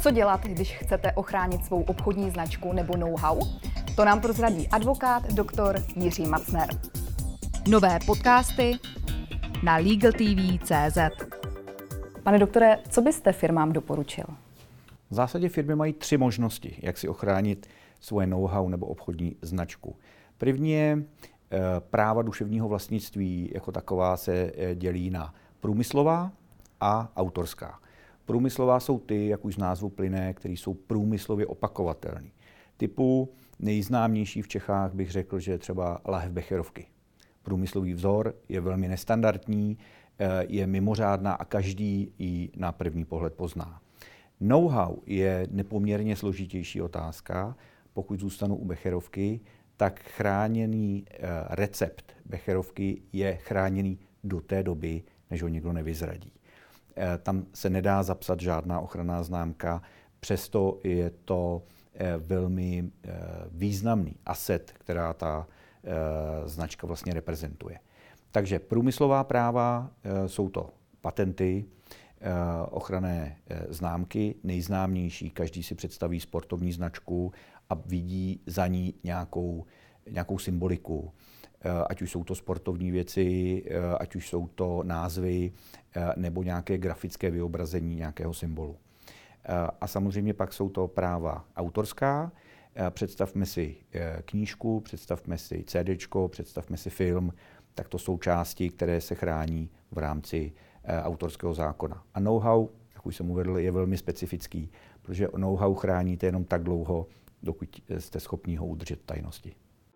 Co dělat, když chcete ochránit svou obchodní značku nebo know-how? To nám prozradí advokát dr. Jiří Macner. Nové podcasty na LegalTV.cz. Pane doktore, co byste firmám doporučil? V zásadě firmy mají 3 možnosti, jak si ochránit svoje know-how nebo obchodní značku. První je práva duševního vlastnictví jako taková se dělí na průmyslová a autorská. Průmyslová jsou ty, jak už z názvu plyne, které jsou průmyslově opakovatelné. Typu nejznámější v Čechách bych řekl, že třeba lahev becherovky. Průmyslový vzor je velmi nestandardní, je mimořádná a každý ji na první pohled pozná. Know-how je nepoměrně složitější otázka. Pokud zůstanu u becherovky, tak chráněný recept becherovky je chráněný do té doby, než ho někdo nevyzradí. Tam se nedá zapsat žádná ochranná známka, přesto je to velmi významný asset, která ta značka vlastně reprezentuje. Takže průmyslová práva jsou to patenty, ochranné známky, nejznámější, každý si představí sportovní značku a vidí za ní nějakou symboliku. Ať už jsou to sportovní věci, ať už jsou to názvy nebo nějaké grafické vyobrazení nějakého symbolu. A samozřejmě pak jsou to práva autorská. Představme si knížku, představme si CDčko, představme si film, tak to jsou části, které se chrání v rámci autorského zákona. A know-how, jak už jsem uvedl, je velmi specifický, protože know-how chráníte jenom tak dlouho, dokud jste schopni ho udržet v tajnosti.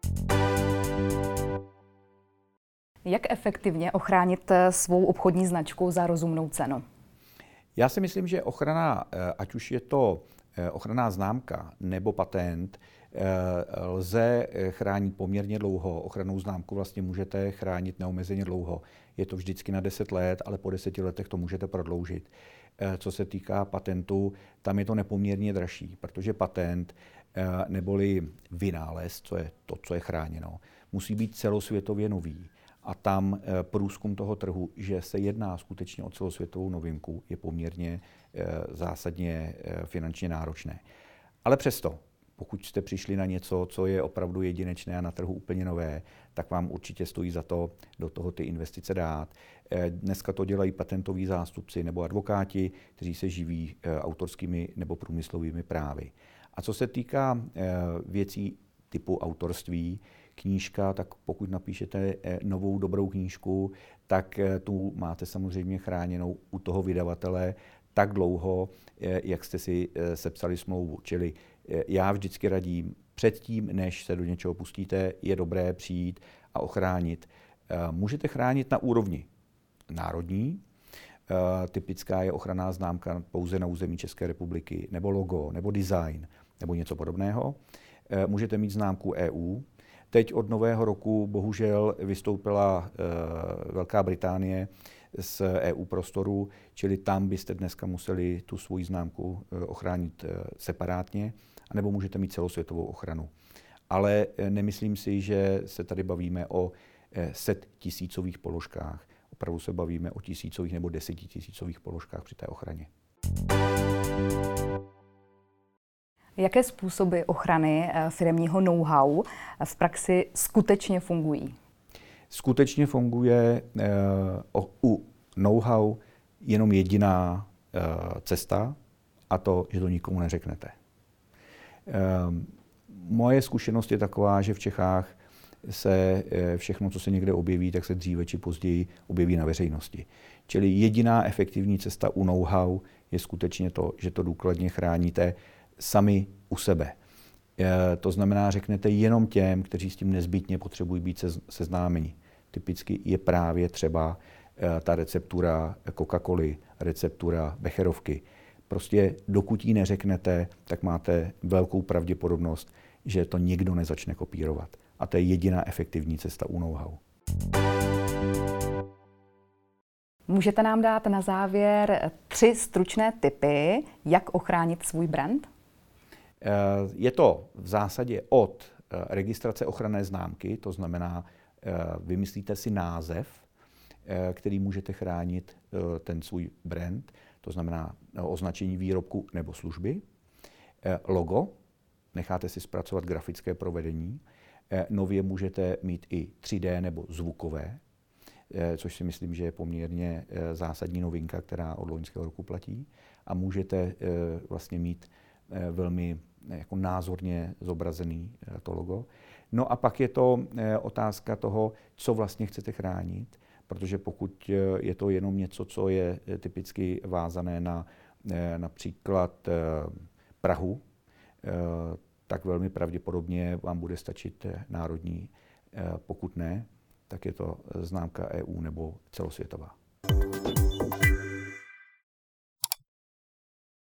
Jak efektivně ochránit svou obchodní značku za rozumnou cenu? Já si myslím, že ochrana, ať už je to ochranná známka nebo patent, lze chránit poměrně dlouho. Ochrannou známku vlastně můžete chránit neomezeně dlouho. Je to vždycky na 10 let, ale po 10 letech to můžete prodloužit. Co se týká patentu, tam je to nepoměrně dražší, protože patent neboli vynález, co je to, co je chráněno, musí být celosvětově nový. A tam průzkum toho trhu, že se jedná skutečně o celosvětovou novinku, je poměrně zásadně finančně náročné. Ale přesto, pokud jste přišli na něco, co je opravdu jedinečné a na trhu úplně nové, tak vám určitě stojí za to do toho ty investice dát. Dneska to dělají patentoví zástupci nebo advokáti, kteří se živí autorskými nebo průmyslovými právy. A co se týká věcí typu autorství, knížka, tak pokud napíšete novou dobrou knížku, tak tu máte samozřejmě chráněnou u toho vydavatele tak dlouho, jak jste si sepsali smlouvu. Čili já vždycky radím, předtím, než se do něčeho pustíte, je dobré přijít a ochránit. Můžete chránit na úrovni národní, typická je ochranná známka pouze na území České republiky, nebo logo, nebo design, nebo něco podobného. Můžete mít známku EU. Teď od nového roku bohužel vystoupila Velká Británie z EU prostoru, čili tam byste dneska museli tu svoji známku ochránit separátně, anebo můžete mít celosvětovou ochranu. Ale nemyslím si, že se tady bavíme o tisícových položkách. Opravdu se bavíme o tisícových nebo desetitisícových položkách při té ochraně. Jaké způsoby ochrany firemního know-how v praxi skutečně fungují? Skutečně funguje u know-how jenom jediná cesta, a to, že to nikomu neřeknete. Moje zkušenost je taková, že v Čechách se všechno, co se někde objeví, tak se dříve či později objeví na veřejnosti. Čili jediná efektivní cesta u know-how je skutečně to, že to důkladně chráníte sami u sebe. To znamená, řeknete jenom těm, kteří s tím nezbytně potřebují být seznámeni. Typicky je právě třeba ta receptura Coca-Coly, receptura becherovky. Prostě dokud ji neřeknete, tak máte velkou pravděpodobnost, že to nikdo nezačne kopírovat. A to je jediná efektivní cesta u know-how. Můžete nám dát na závěr 3 stručné tipy, jak ochránit svůj brand? Je to v zásadě od registrace ochranné známky, to znamená, vymyslíte si název, který můžete chránit ten svůj brand. to znamená označení výrobku nebo služby, logo, necháte si zpracovat grafické provedení, nově můžete mít i 3D nebo zvukové, což si myslím, že je poměrně zásadní novinka, která od loňského roku platí, a můžete vlastně mít velmi jako názorně zobrazený to logo. No a pak je to otázka toho, co vlastně chcete chránit, protože pokud je to jenom něco, co je typicky vázané na například Prahu, tak velmi pravděpodobně vám bude stačit národní, pokud ne, tak je to známka EU nebo celosvětová.